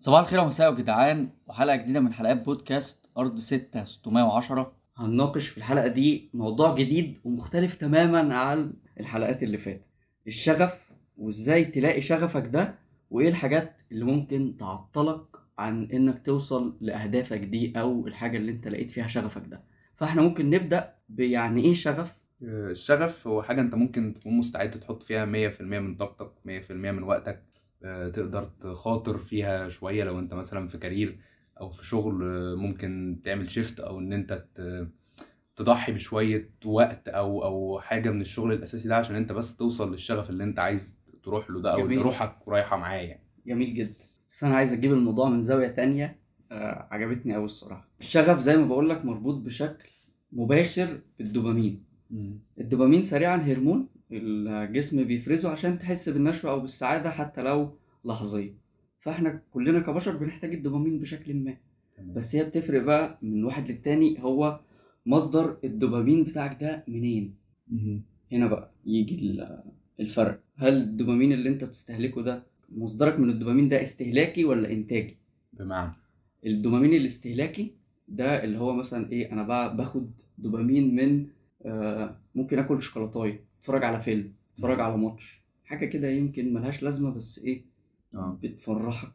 صباح الخير ومساء يا جدعان، وحلقة جديدة من حلقات بودكاست أرض 6 610. هنناقش في الحلقة دي موضوع جديد ومختلف تماما عن الحلقات اللي فاتت، الشغف وإزاي تلاقي شغفك ده، وإيه الحاجات اللي ممكن تعطلك عن إنك توصل لأهدافك دي أو الحاجة اللي أنت لقيت فيها شغفك ده. فإحنا ممكن نبدأ بيعني إيه شغف. الشغف هو حاجة انت ممكن تكون مستعد تحط فيها 100% من طاقتك، 100% من وقتك. تقدر تخاطر فيها شوية لو انت مثلا في كارير او في شغل. ممكن تعمل شيفت او ان انت تضحي بشوية وقت او حاجة من الشغل الاساسي ده عشان انت بس توصل للشغف اللي انت عايز تروح له ده، او اللي جميل، روحك رايحة معاه يعني. جميل جدا. بس انا عايز اجيب الموضوع من زاوية تانية. عجبتني قوي الصراحة. الشغف زي ما بقولك مربوط بشكل مباشر بالدوبامين. الدوبامين سريعا هرمون الجسم بيفرزه عشان تحس بالنشوة او بالسعادة حتى لو لحظية. فاحنا كلنا كبشر بنحتاج الدوبامين بشكل ما. تمام. بس هي بتفرق بقى من واحد للتاني، هو مصدر الدوبامين بتاعك ده منين. مهم. هنا بقى يجي الفرق. هل الدوبامين اللي انت بتستهلكه ده مصدرك من الدوبامين ده استهلاكي ولا انتاجي؟ بمعنى. الدوبامين الاستهلاكي ده اللي هو مثلا ايه، انا بقى باخد دوبامين من ممكن اكل شوكولاتايه، اتفرج على فيلم، اتفرج على ماتش، حاجه كده يمكن ملهاش لازمه بس ايه، اه بتفرحك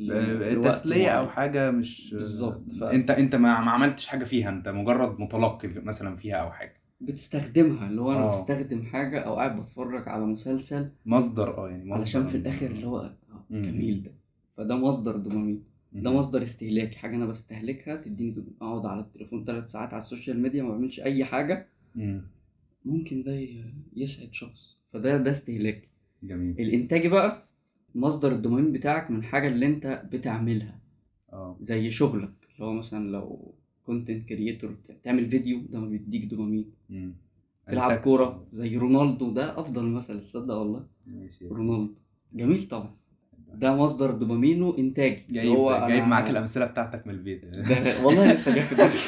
لوقت تسلية او معين. حاجة مش بالظبط، انت ما عملتش حاجة فيها، انت مجرد متلقي مثلا فيها او حاجة. فبتستخدمها، اللي هو انا اه بستخدم حاجه او قاعد بتفرج على مسلسل مصدر، يعني علشان مصدر في الاخر اللي هو امم جميل ده. فده مصدر دوبامين. ده امم مصدر استهلاكي، حاجه انا بستهلكها تديني دوبامين. اقعد على التليفون 3 ساعات على السوشيال ميديا ما بعملش اي حاجه، امم ممكن ده يسعد شخص. فده استهلاكي. جميل. الانتاجي بقى مصدر الدوبامين بتاعك من حاجه اللي انت بتعملها، اه زي شغلك اللي هو مثلا لو كونتنت كريتور بتعمل فيديو، ده ما بيديك دوبامين. امم تلعب انتجت. كوره زي رونالدو، ده افضل مثل، تصدق والله. ماشي يا سيدي. رونالدو جميل طبعا، ده مصدر دوبامينه انتاجي، اللي هو جايب معاك انا. الامثله بتاعتك من البيت. ده والله لسه جاي في دماغي.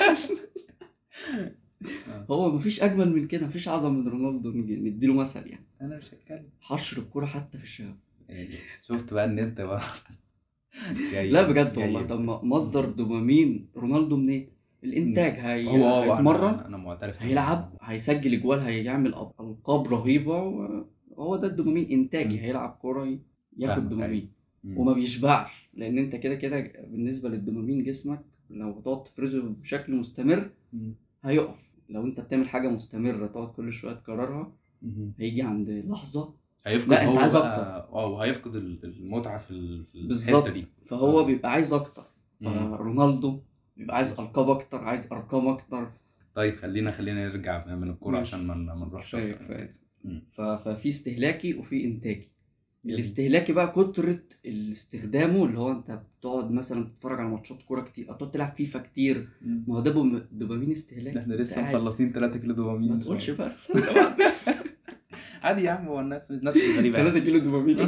آه. هو مفيش اجمل من كده، مفيش اعظم من رونالدو نديله مثل يعني. انا مش هتكلم. حشر الكوره حتى في الشباب. يعني شفت بقى ان انت بقى لا جاي بجد والله، جاي طب مصدر دوبامين رونالدو منين؟ الانتاج. هو هيتمرن، انا معترف تماما. هيلعب، هيسجل اجوال، هيعمل القاب رهيبه، وهو ده الدوبامين انتاجي. مم. هيلعب كوره ياخد فاهمك، ايوه. دوبامين. مم. وما بيشبعش، لان انت كده كده بالنسبه للدوبامين جسمك لو تقعد تفرزه بشكل مستمر مم. هيقف. لو انت بتعمل حاجه مستمره تقعد كل شويه تكررها، مم. هيجي عند لحظه هيفقد لا انت هو عايز اكتر. بقى، وهيفقد المتعه في الحته بالظبط، دي. فهو اه. بيبقى عايز اكتر. مم. فرونالدو بيبقى عايز القاب اكتر، عايز ارقام اكتر. طيب خلينا نرجع من الكورة عشان ماشي، ما نروحش كفايه أكتر من كفايه. كده. مم. ففي استهلاكي وفي انتاجي. جميل. الاستهلاكي بقى كترة الاستخدامه، اللي هو انت بتقعد مثلا تتفرج على ماتشات كوره كتير او تقعد تلعب فيفا كتير. مم. ما هو ده دوبامين استهلاكي، احنا انت لسه قاعد. مخلصين 3 كيلو ما دوبامين تقولش شوية. بقى استنى بقى. عادي يا عم، هو الناس مش غريبة 3 يعني. كيلو دوبامين.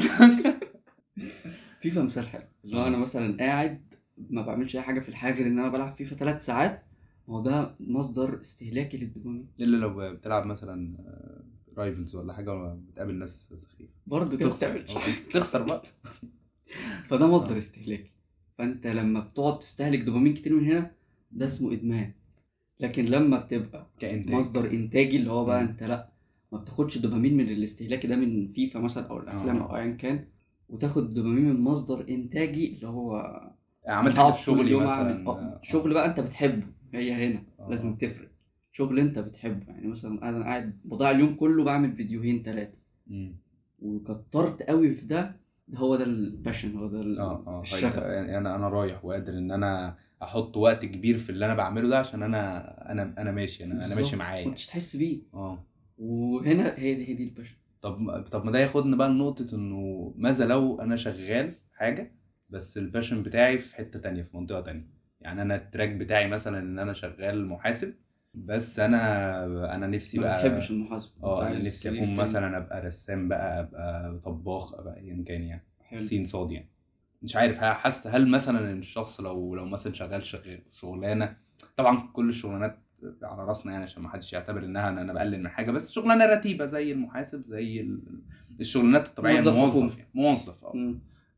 فيفا مثال حلو، اللي هو انا اه مثلا قاعد ما بعملش اي حاجه في الحياه غير ان انا بلعب فيفا 3 ساعات. ما هو ده مصدر استهلاكي للدوبامين. الا لو بتلعب مثلا رايفلز ولا حاجة وبتقابل ناس سخيفة برضه كده تخسر. بتعمل. انت بتخسر بقى. فده مصدر اه. استهلاكي. فانت لما بتقعد تستهلك دوبامين كتير من هنا، ده اسمه ادمان. لكن لما بتبقى كإنتاج. مصدر انتاجي، اللي هو بقى مم. انت لا، ما بتاخدش دوبامين من الاستهلاكي ده من فيفا مثلا او الافلام اه او ايا كان، وتاخد دوبامين من مصدر انتاجي اللي هو عملت انا حاجة في هقعد طول شغلي اليوم اعمل مثلا. شغل بقى انت بتحبه. هي هنا لازم اه تفرق. شغل انت بتحبه، يعني مثلا انا قاعد بضيع اليوم كله بعمل فيديوهين 3 مم. وكترت قوي في ده هو ده الباشن، هو ده هيبقى الشغف. يعني انا رايح وقادر ان انا احط وقت كبير في اللي انا بعمله ده عشان انا ماشي، انا ماشي بالظبط، معايا. كنتش تحس بيه. اه. وهنا هي دي الباشن. طب ما ده ياخدنا بقى لنقطة انه ماذا لو انا شغال حاجة بس الباشن بتاعي في حتة تانية، في منطقة تانية. يعني انا التراك بتاعي مثلا ان انا شغال محاسب، بس انا نفسي ما بتحبش بقى. المحاسبة، انت اه انا عايز نفسي كارير اكون تاني. مثلا ابقى رسام بقى، ابقى طباخ، ابقى ايا كان يعني. حلو. سين صاد يعني. مش عارف، حاسس هل مثلا الشخص لو مثلا شغال شغلانه. طبعا كل الشغلانات على راسنا يعني، عشان ما حدش يعتبر انها انا بقلل من حاجه، بس شغلانه رتيبه زي المحاسب، زي الشغلانات الطبيعيه، موظف الموظف حكومي. يعني موظف. اه. مم.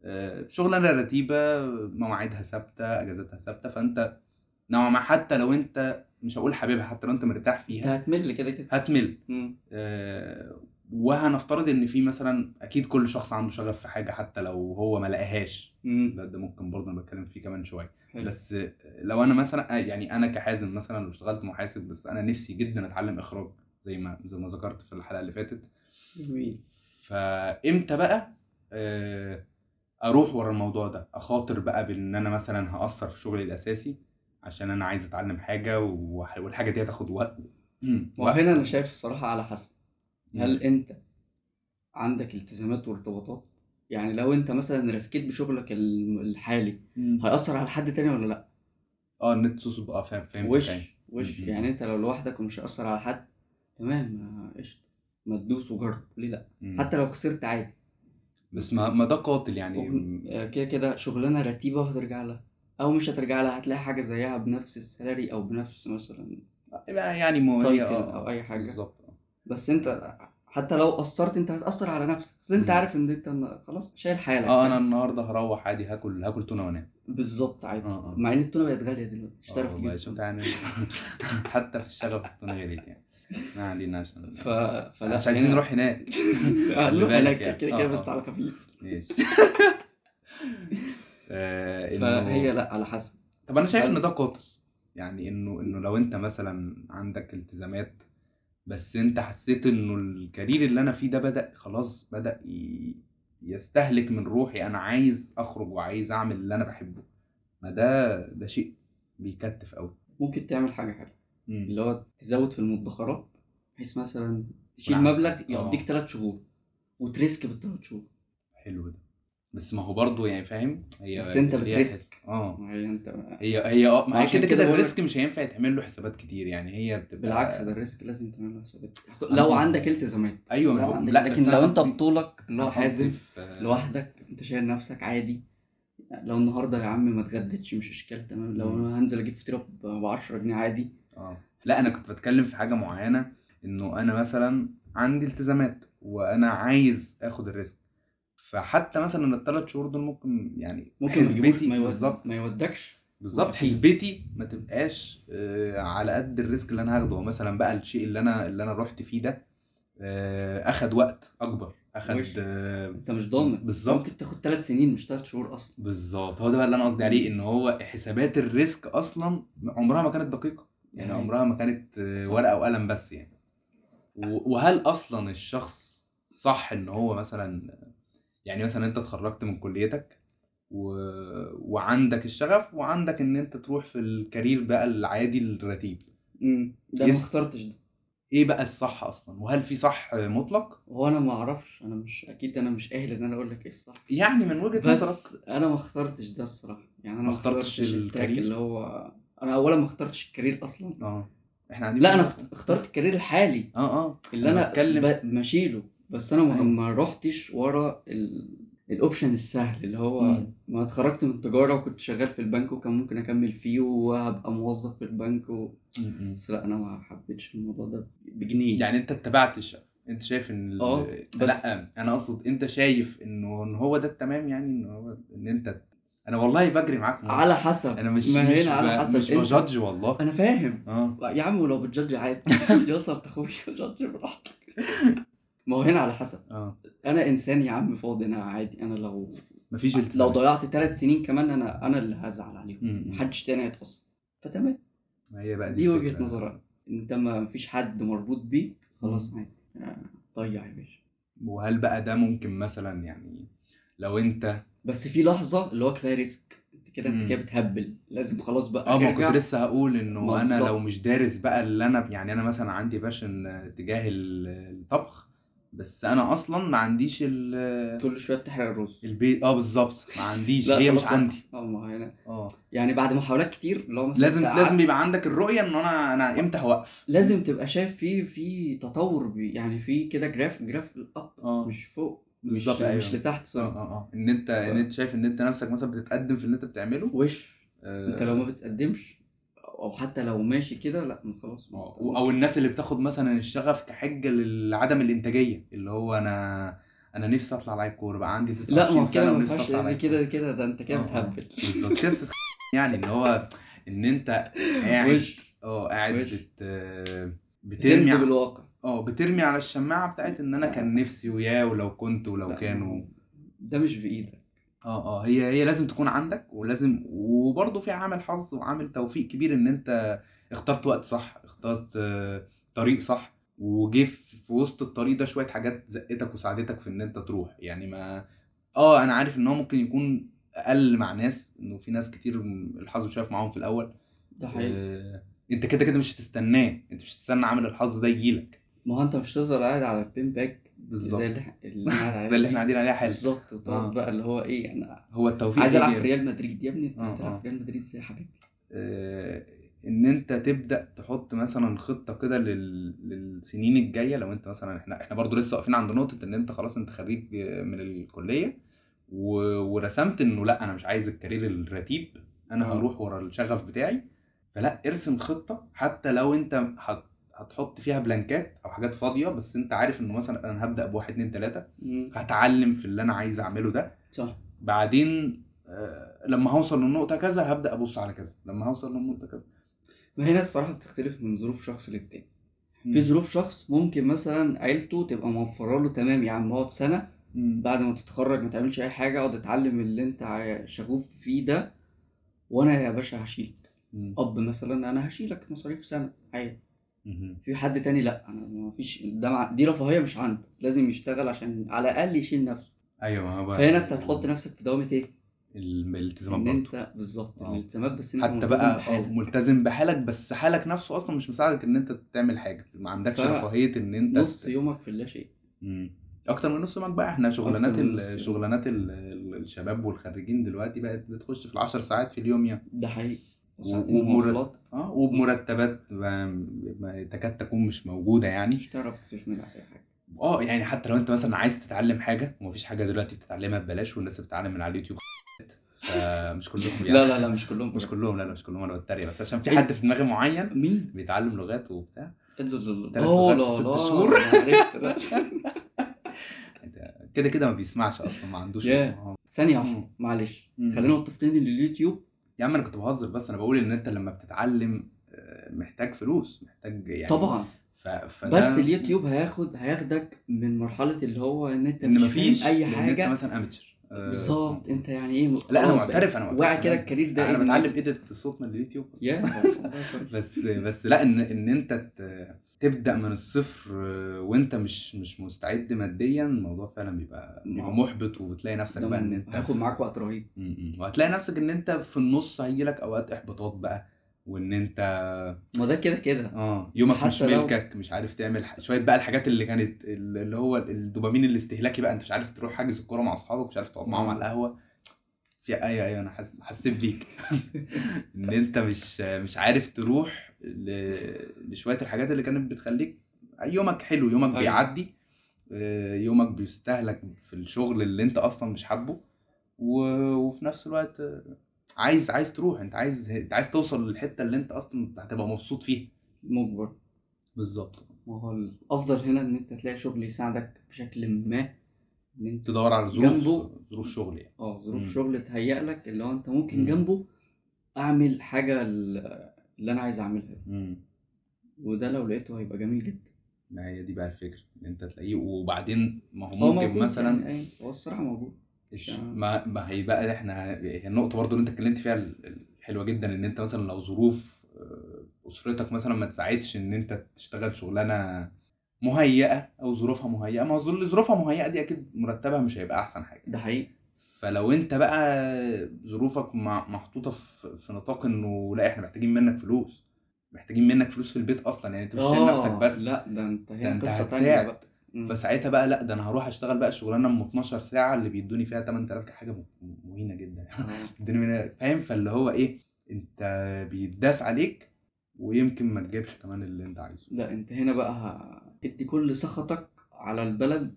شغلانه رتيبه، مواعيدها ثابته، اجازاتها ثابته، فانت نوعا ما حتى لو انت مش هقول حبيبها، حتى لو انت مرتاح انت فيها هتمل كده. هتمل. مم. وهنفترض ان في مثلا اكيد كل شخص عنده شغف في حاجه حتى لو هو ما لقاهاش. مم. ده ممكن برضه انا بتكلم فيه كمان شويه. حلو. بس لو انا مثلا يعني انا كحازم مثلا لو اشتغلت محاسب، بس انا نفسي جدا اتعلم اخراج زي ما ذكرت في الحلقه اللي فاتت. جميل. فامتى بقى اروح ورا الموضوع ده، اخاطر بقى بان انا مثلا هاثر في شغلي الاساسي عشان انا عايز اتعلم حاجه والحاجه دي هتاخد وقت. وهنا وقت. انا شايف الصراحة على حسب، هل انت عندك التزامات وارتباطات؟ يعني لو انت مثلا رسكيت بشغلك الحالي هيأثر على حد تاني ولا لا؟ النت سوسو بقى، فهمتك يعني. وش يعني انت لو لوحدك ومش هيأثر على حد، تمام، قشطة، ما تدوس وجرب، ليه لا؟ حتى لو خسرت عادي. بس ما ده قاتل يعني. كده كده شغلانة رتيبة وهترجع لها، او مش هترجع لها، هتلاقي حاجة زيها بنفس السالري او بنفس مثلا يبقى يعني مو هي تايتل او اي حاجة. بالظبط. بس انت حتى لو قصرت انت هتأثر على نفسك، بس انت عارف ان انت خلاص شايل حالك، انا فاهم؟ النهارده هروح عادي هاكل تونه وانام. بالظبط عادي. اه مع ان التونة بقت غالية دلوقتي، مش هتعرف تجيب والله شفت التونة. يعني. حتى في الشغف التونه غليت يعني. ما علينا عشان فلا مش عايزين هنا نروح هناك. خلي هنروح بالك هناك يعني. كده كده بس على خفيف. ماشي. فهي انه لا على حسب. طب انا شايف ان هل ده قاتل. يعني انه لو انت مثلا عندك التزامات، بس انت حسيت انه الكارير اللي انا فيه ده خلاص بدأ يستهلك من روحي، انا عايز اخرج وعايز اعمل اللي انا بحبه، ما ده شيء بيكتف قوي. ممكن تعمل حاجة حلوة، اللي هو تزود في المدخرات، بحيث مثلا تشيل ونعم. مبلغ يقضيك 3 شهور وتريسك بال3 شهور. حلو ده. بس ما هو برضه يعني فاهم، بس انت ليها بتريسك. ما انت هي ما هي عشان كده كده كده بقول الريسك لك مش هينفع يتعمل له حسابات كتير، يعني هي بالعكس، بتبقى ده الريسك لازم تعمل له حسابات انا لو عندك التزامات. ايوه لو عندك، لا بس لكن انا لو انت قصدي بطولك اللي هو انا قصدي حازم في لوحدك، انت شايل نفسك عادي. لو النهارده يا عم ما اتغديتش مش اشكال، تمام. لو انا هنزل اجيب فطيره ب 10 جنيه عادي. لا انا كنت بتكلم في حاجه معينه، انه انا مثلا عندي التزامات وانا عايز اخد الريسك، فحتى مثلا الثلاث شهور دول ممكن يعني ممكن ما يجيبوش، حسبتي بالظبط ما يودكش. بالظبط اكيد. حسبتي ما تبقاش على قد الريسك اللي انا هاخده. مثلا بقى الشيء اللي انا رحت فيه ده اخد وقت اكبر، اخد وش انت مش ضامن، انت بالظبط ممكن تاخد 3 سنين مش 3 شهور اصلا. بالظبط. هو ده بقى اللي انا قصدي عليه، ان هو حسابات الريسك اصلا عمرها ما كانت دقيقه، يعني ده عمرها ما كانت صح. ورقه وقلم بس يعني. وهل اصلا الشخص صح ان هو مثلا، يعني مثلا انت اتخرجت من كليتك و... وعندك الشغف وعندك ان انت تروح في الكارير بقى العادي الرتيب، ده ما اخترتش ده. ايه بقى الصح اصلا؟ وهل في صح مطلق؟ هو انا ما اعرفش، انا مش اكيد، انا مش اهل ان انا اقول لك ايه الصح. يعني من وجهة نظرك. بس انا ما اخترتش ده الصراحه، يعني انا ما ما اخترتش اخترتش التراك اللي الكارير. هو، انا اولا ما اخترتش الكارير اصلا. احنا قاعدين لا انا بنقول اخترت الكارير الحالي اللي انا انا بتكلم. ماشيله. بس انا ايوه ما رحتش ورا الاوبشن السهل اللي هو ما اتخرجت من تجاره وكنت شغال في البنك وكان ممكن اكمل فيه وهبقى موظف في البنك بس لا انا ما حبيتش الموضوع ده بجنيه. يعني انت اتبعت انت شايف ان بس لا انا اقصد انت شايف ان هو ده التمام، يعني ان هو ان انت انا والله بجري معاك على مناقشه. حسب، انا ما هنا على حسب مش انت. بجادج والله. انا فاهم. اه يا عم ولو بتجادج عادي يا اسطى اخويا جادج براحتك. ما هو هنا على حسب. انا انسان يا عم فاضي، انا عادي، انا مفيش لو التزامات. ضيعت 3 سنين كمان انا اللي هزعل عليهم، محدش تاني هيتأثر. فتمام. ما هي بقى دي دي وجهة الفكره. نظري. انت ما فيش حد مربوط بيك، خلاص عادي، ضيع يا باشا. وهل بقى ده ممكن مثلا يعني لو انت بس في لحظة اللي هو كفاية ريسك، انت كده بتهبل، لازم خلاص بقى ما كنت ارجع. لسه هقول انه انا لو بالظبط. مش دارس بقى اللي انا يعني انا مثلا عندي باشن تجاه الطبخ، بس انا اصلا ما عنديش كل شوية بتحرق الرز. البيت. بالظبط ما عنديش، لا هي مش خلاص عندي. وقف. ما هنا يعني بعد محاولات كتير اللي هو مثلا انت لازم قعدت، يبقى عندك الرؤية ان انا امتى هوقف. لازم تبقى شايف في تطور يعني في كده جراف الاب، مش فوق، بالظبط مش ايوه. لتحت، سوري. ان انت شايف ان انت نفسك مثلا بتتقدم في اللي انت بتعمله. انت لو ما بتقدمش او حتى لو ماشي كده، لا خلاص. او الناس اللي بتاخد مثلا الشغف كحجة لعدم الانتاجية، اللي هو انا نفسي اطلع لعيب كوره، بقى عندي لا ما 29 هو كده سنه ما ونفسي ينفعش، اطلع دي لعيب كوره. كده ده انت كده بتهبل. بالظبط كده يعني ان هو ان انت قاعد وش قاعد وش بترمي بتندب الواقع. بترمي على الشماعه بتاعت ان انا كان لا نفسي وياه ولو كنت ولو لا ما هو كانوا. ده مش بايدك. هي لازم تكون عندك، ولازم وبرضه في عامل حظ وعامل توفيق كبير ان انت اخترت وقت صح، اخترت طريق صح، وجه في وسط الطريق ده شوية حاجات زقتك وساعدتك في ان انت تروح. يعني ما انا عارف ان هو ممكن يكون اقل مع ناس، انه في ناس كتير الحظ مش واقف معاهم في الاول. ده حقيقي. انت كده كده مش هتستناه، انت مش هتستنى عامل الحظ ده يجيلك. ما هو انت مش هتفضل قاعد على البين باك زي بالظبط. اللي انا قاعد زي عليها اللي احنا دي قاعدين عليها حالا. بالظبط، وتقعد اه بقى اللي هو ايه، انا هو التوفيق عايز العب هيجي في امتى؟ ريال مدريد. يا ابني انت اه بتلعب اه في ريال مدريد ازاي يا حبيبي؟ ان انت تبدا تحط مثلا خطه كده للسنين الجايه. لو انت مثلا احنا برضو لسه واقفين عند نقطه ان انت خلاص انت خريج من الكليه ورسمت انه لا انا مش عايز الكارير الرتيب، انا اه هروح ورا الشغف بتاعي. فلا ارسم خطه، حتى لو انت هتحط فيها بلانكات او حاجات فاضيه، بس انت عارف انه مثلا انا هبدا بواحد اتنين تلاته، مم. هتعلم في اللي انا عايز اعمله ده. صح. بعدين لما هوصل للنقطه كذا هبدا ابص على كذا، لما هوصل للنقطه كذا. ما هنا الصراحة بتختلف من ظروف شخص للتاني. في مم. ظروف شخص ممكن مثلا عيلته تبقى موفره له تمام، يا عم اقعد سنة مم. بعد ما تتخرج ما تعملش اي حاجة، اقعد اتعلم اللي انت شغوف فيه ده، وانا يا باشا هشيلك. مم. اب مثلا انا هشيلك مصاريف سنة عادي. مم. في حد تاني لا، انا ما فيش ده دي رفاهية مش عنده، لازم يشتغل عشان على الاقل يشيل نفسه. ايوه، ما هو بقى فهنا انت هتحط نفسك في دوامة ايه؟ الالتزامات ان برضو. انت بالظبط اه الالتزامات، بس انت حتى ملتزم بقى بحالك. ملتزم بحالك، بس حالك نفسه اصلا مش مساعدك ان انت تعمل حاجه، ما عندكش رفاهيه ان انت فنص يومك في اللا شيء. مم. اكتر من نص يومك بقى. احنا اكتر شغلانات من نص يومك. الشباب والخريجين دلوقتي بقت بتخش في ال10 ساعات في اليوم يعني. ده حقيقي. وساعتين مواصلات. بص وبمرتبات تكاد تكون مش موجوده يعني. مش هتعرف تستثمر على اي حاجة. يعني حتى لو انت مثلا عايز تتعلم حاجه، ومفيش حاجه دلوقتي بتتعلمها ببلاش، والناس بتتعلم من على اليوتيوب. فمش كلهم يعني. لا لا لا مش كلهم مش كده. كلهم، لا مش كلهم، انا بتريق بس عشان في إيه؟ حد في دماغي معين مين؟ بيتعلم لغات وبتاع. لا لا لا 3 لغات في لا 6 لا شهور. انا عرفت ده. كده كده ما بيسمعش اصلا، ما عندوش يا ثانية واحدة مم. معلش، مم. خلينا متفقين ان اليوتيوب. يا عم انا كنت بهزر، بس انا بقول ان انت لما بتتعلم محتاج فلوس، محتاج يعني. طبعا. بس فده اليوتيوب هياخدك من مرحلة اللي هو ان انت ان مش فاهم مفيش، اي لان انت حاجة. مثلا اماتشر. بالظبط، انت يعني ايه لا انا خلاص بقيت معترف، واعي كده تمام. الكارير ده انا ايه بتعلم دنيته. ايديت الصوت من اليوتيوب اصلا. يا والله كويس. بس لا ان انت تبدا من الصفر وانت مش مستعد ماديا، الموضوع فعلا بيبقى ما محبط، وبتلاقي نفسك ده بقى ان انت هياخد معاك وقت رهيب. وهتلاقي نفسك ان انت في النص هيجيلك اوقات احباطات بقى، وان انت ما ده كده كده. يومك مش حتى لو ملكك، مش عارف تعمل شويه بقى الحاجات اللي كانت اللي هو الدوبامين الاستهلاكي بقى، انت مش عارف تروح حاجز الكوره مع اصحابك، مش عارف تقعد معاهم على القهوه. ايوه انا حسيت بيك. ان انت مش عارف تروح لشويه الحاجات اللي كانت بتخليك يومك حلو، يومك ايوه بيعدي. يومك بيستهلك في الشغل اللي انت اصلا مش حابه. وفي نفس الوقت عايز تروح، انت عايز توصل للحته اللي انت اصلا هتبقى مبسوط فيها. مجبر. بالظبط. ما هو الافضل هنا ان انت تلاقي شغل يساعدك بشكل ما، ان انت تدور على جنبه. ظروف شغل يعني. ظروف امم شغل تهيأ لك اللي هو انت ممكن امم جنبه اعمل حاجة اللي انا عايز اعملها دي. امم وده لو لقيته هيبقى جميل جدا. ما هي دي بقى الفكره، ان انت تلاقيه. وبعدين ما هو هو ممكن موجود يعني، مثلا هو الصراحة موجود. ما هي بقى هي النقطة برضو اللي انت اتكلمت فيها حلوة جدا، ان انت مثلا لو ظروف اسرتك مثلا ما تساعدش ان انت تشتغل شغلانة مهيئة، او ظروفها مهيئة. ما هو اللي ظروفها مهيئة دي اكيد مرتبها مش هيبقى احسن حاجة. ده حقيقي. فلو انت بقى ظروفك محطوطة في نطاق انه لا احنا محتاجين منك فلوس، محتاجين منك فلوس في البيت اصلا، يعني انت مش شايل نفسك بس، لا ده انت ده هنا انت قصة تانية هتساعد. بقى. مم. فساعتها بقى لا، ده انا هروح اشتغل بقى الشغلانه ام 12 ساعه اللي بيدوني فيها 8000، حاجه مهينه جدا. الدنيا فاهم. فاللي هو ايه، انت بيتداس عليك، ويمكن ما تجيبش كمان اللي انت عايزه. لا انت هنا بقى ادي كل سخطك على البلد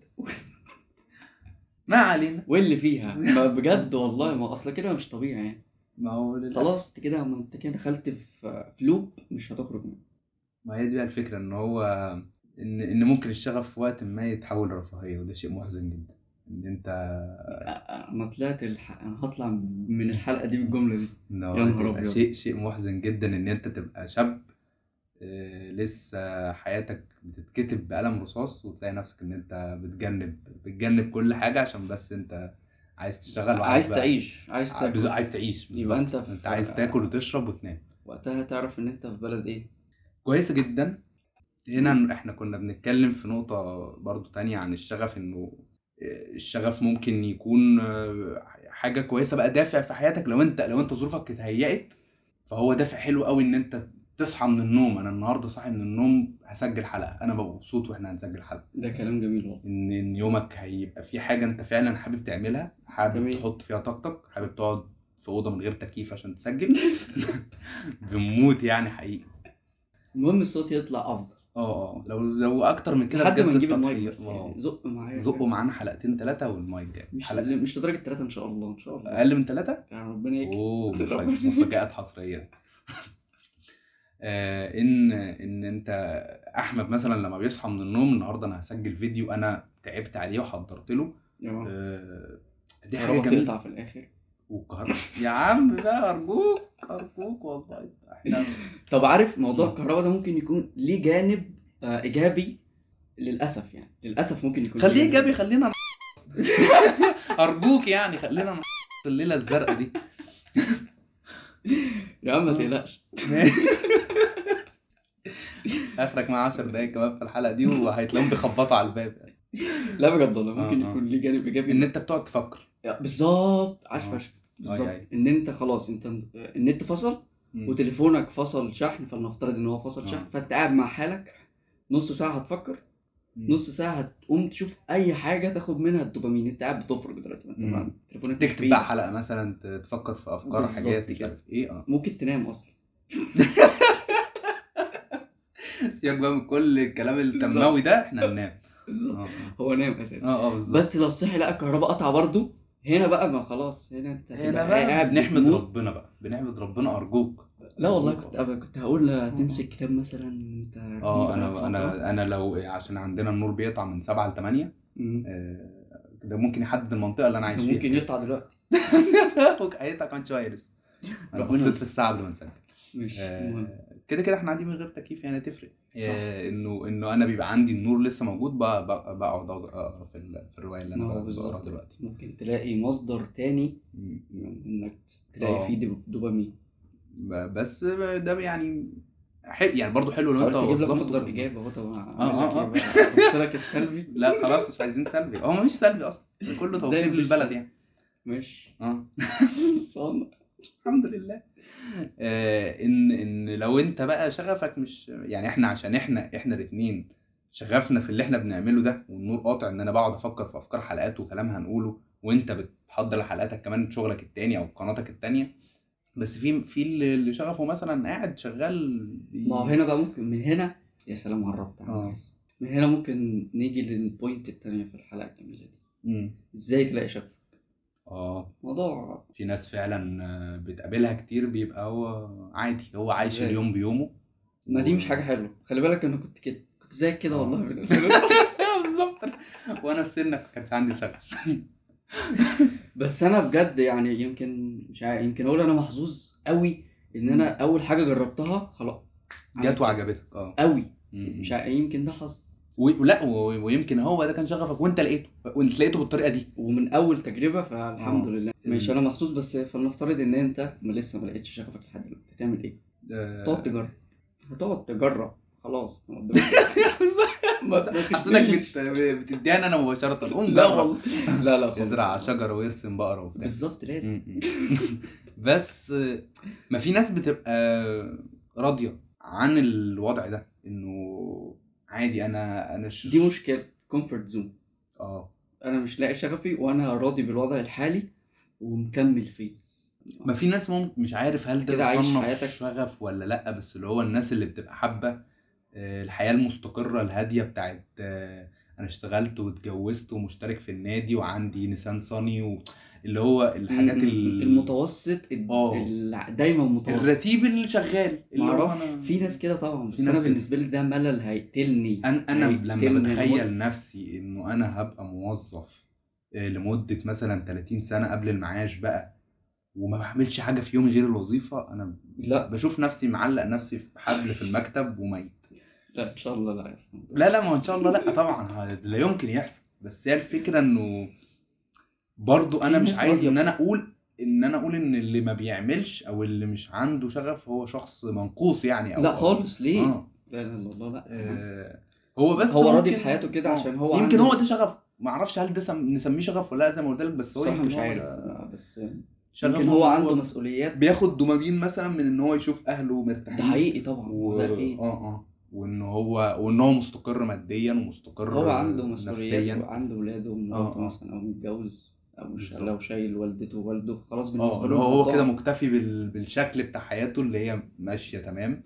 ما علينا. واللي فيها، ما بجد والله، ما اصل كده مش طبيعي يعني. ما هو للاسف. خلاص انت كده، ما انت كده دخلت في لوب مش هتخرج منه. ما هي دي بقى الفكره، ان هو ان ممكن الشغف في وقت ما يتحول لرفاهيه، وده شيء محزن جدا. ان انت انا انا هطلع من الحلقه دي بالجمله دي. انه يا نهار تبقى ابيض. شيء محزن جدا ان انت تبقى شاب لسه حياتك بتتكتب بقلم رصاص، وتلاقي نفسك ان انت بتجنب كل حاجة عشان بس انت عايز تشتغل وعايز عايز بقى تعيش، عايز تاكل. عايز تعيش يبقى بالظبط. انت انت في عايز تاكل وتشرب وتنام. وقتها تعرف ان انت في بلد ايه. كويسة جدا. هنا احنا كنا بنتكلم في نقطة برضو تانية عن الشغف، انه الشغف ممكن يكون حاجة كويسة بقى، دافع في حياتك لو انت ظروفك اتهيأت، فهو دافع حلو قوي ان انت تصحى من النوم. انا النهارده صاحي من النوم هسجل حلقة، انا ببقى مبسوط واحنا هنسجل حلقة. ده كلام جميل والله. ان يومك هيبقى في حاجة انت فعلا حابب تعملها، حابب جميل. تحط فيها طاقتك، حابب تقعد في أوضة من غير تكييف عشان تسجل. بنموت يعني حقيقي. المهم الصوت يطلع افضل. لو اكتر من كده لحد ما بجد نجيب المايك التضحية. بس، يعني زق معايا زقوا كده. معانا حلقتين 3 والمايك جاي مش حلقة مش لدرجه 3 ان شاء الله، ان شاء الله. اقل من 3. يعني ربنا يكرم. اوه ربنا يكرم. مفاجآت حصرية. ان انت احمد مثلا لما بيصحى من النوم، النهارده انا هسجل فيديو انا تعبت عليه وحضرت له. دي حاجة الكهرباء جميلة. تقطع في الاخر. والكهرباء يا عم بقى، ارجوك والله احنا. طب عارف موضوع مم. الكهرباء ده ممكن يكون ليه جانب ايجابي، للاسف يعني للاسف ممكن يكون خليه ليه ايجابي، خلينا ارجوك يعني خلينا الليلة الزرقاء دي. يا عم ما تقلقش. اخرك مع 10 دقايق كمان في الحلقة دي وهيتلاقيهم بيخبطوا على الباب. لا بجد والله ممكن آه. يكون ليه جانب ايجابي. ان انت بتقعد تفكر. بالظبط، عاش آه. فشخ. بالظبط. أي. ان انت خلاص انت النت فصل مم. وتليفونك فصل شحن، فلنفترض ان هو فصل شحن، فانت قاعد مع حالك نص ساعه هتفكر، نص ساعه هتقوم تشوف اي حاجه تاخد منها الدوبامين. انت قاعد بتفرج دلوقتي، انت مم. تليفونك مش تكتب في بقى إيدك. حلقة مثلا، تفكر في افكار بالظبط حاجات مش كده. عارف ايه. ممكن تنام اصلا. سيبك بقى من كل الكلام التنموي ده، احنا ننام. بالظبط. هو نام اساسا. بالظبط. بس لو صحي لقى الكهرباء قطع برضه، هنا بقى ما خلاص، هنا انت هتبقى هنا بقى قاعد بنحمد بتموت. ربنا بقى، بنحمد ربنا ارجوك. لا والله أرجوك كنت هقول تمسك كتاب مثلا انت راكنه بقالك فترة. انا لو عشان عندنا النور بيقطع من 7 ل 8. ده ممكن يحدد المنطقة اللي انا عايش ده فيها. ممكن يقطع دلوقتي. حقيقتها كان شوية لسه. انا ربنا بصيت يستر. في الساعة قبل ما نسجل. مش المهم. كده احنا قاعدين من غير تكييف، يعني تفرق. صح. انه انا بيبقى عندي النور لسه موجود، بقعد اقرا في الرواية اللي ما انا هو بقراها بالظبط دلوقتي. ممكن تلاقي مصدر تاني انك تلاقي فيه دوبامين. بس ده يعني يعني برضو حلو لو انت حاولت اجيب لك وظفته مصدر في اجابه اهو. طب اعمل اه لك ايه بقى؟ بص لك السلبي. لا خلاص مش عايزين سلبي، هو مش سلبي اصلا، ده كله إزاي توفيق مفيش للبلد سلبي؟ يعني. ماشي. صنع. الحمد لله. ان لو انت بقى شغفك مش يعني، احنا عشان احنا الاثنين شغفنا في اللي احنا بنعمله ده، والنور قاطع ان انا بقعد افكر في افكار حلقات وكلام هنقوله، وانت بتحضر حلقاتك كمان شغلك التاني او قناتك التانية. بس في اللي شغفه مثلا قاعد شغال ما هو هنا بقى ممكن من هنا، يا سلام على الربط. من هنا ممكن نيجي للبوينت التانية في الحلقة الجميلة دي. ازاي تلاقي شغف. موضوع في ناس فعلا بتقابلها كتير بيبقى هو عادي، هو عايش إزاي؟ اليوم بيومه. ما دي مش حاجة حلوة، خلي بالك انا كنت كده، كنت زيك كده والله. بالظبط. وانا في سنك ما كانش عندي شغف. بس انا بجد يعني يمكن مش عارف، يمكن اقول انا محظوظ قوي ان انا اول حاجة جربتها خلاص جت وعجبتك. قوي. مش عارف، يمكن ده حظ. ولا ويمكن هو ده كان شغفك وانت لقيته بالطريقه دي ومن اول تجربه، فالحمد لله. مش انا محظوظ، بس فلنفترض ان انت لسه ما لقيتش شغفك لحد دلوقتي، هتعمل ايه؟ هتقعد تجرب خلاص. حسيتك بتديها انا مباشره. قوم لا والله. لا خالص. ازرع شجره ويرسم بقره وبتاع. بالظبط لازم. بس ما في ناس بتبقى راضيه عن الوضع ده، انه عادي. انا دي مشكله كومفورت زون. انا مش لاقي شغفي وانا راضي بالوضع الحالي ومكمل فيه. ما في ناس مش عارف هل كده عايش تصنف حياتك شغف ولا لا، بس اللي هو الناس اللي بتبقى حابه الحياه المستقره الهاديه بتاعت انا اشتغلت واتجوزت ومشترك في النادي وعندي نيسان صاني، اللي هو الحاجات المتوسط دايما متوسط، الرتيب اللي شغال اللي هو في ناس كده طبعا. بس انا بالنسبه لي ده ملل هيقتلني. انا لما بتخيل نفسي انه انا هبقى موظف لمدة مثلا 30 سنة قبل المعاش بقى، وما بعملش حاجة في يومي غير الوظيفة، أنا لا بشوف نفسي معلق نفسي في حبل في المكتب وميت. لا ان شاء الله لا يا اسطى. لا ما هو إن شاء الله لا طبعا، لا يمكن يحصل. بس هي الفكرة إنه برضو في أنا مش ناس عايز راضيه إن أنا بكده. أقول إن اللي ما بيعملش أو اللي مش عنده شغف هو شخص منقوص يعني، لا أو خالص، ليه؟ آه لا لا لا لا لا يا عم. آه، هو بس هو راضي ممكن بحياته كده عشان هو يمكن هو عنده. ده شغف، ما اعرفش هل ده نسميه شغف ولا لا، زي ما قلت لك، بس هو الصراحه يمكن مش هو عارف ده بس يمكن شغفه، هو ان عنده هو مسؤوليات. بياخد دوبامين مثلا من ان هو يشوف اهله ده مرتاحين، حقيقي طبعا، و هو ده اكيد. وان هو مستقر ماديا هو ومستقر عنده مسؤوليات نفسيا. وعنده ولاده اه ومراته اه مثلا، او متجوز، او لو بالظبط. شايل والدته ووالده، خلاص اه بالنسبه اللي له هو كده الموضوع. مكتفي بالشكل بتاع حياته اللي هي ماشية تمام،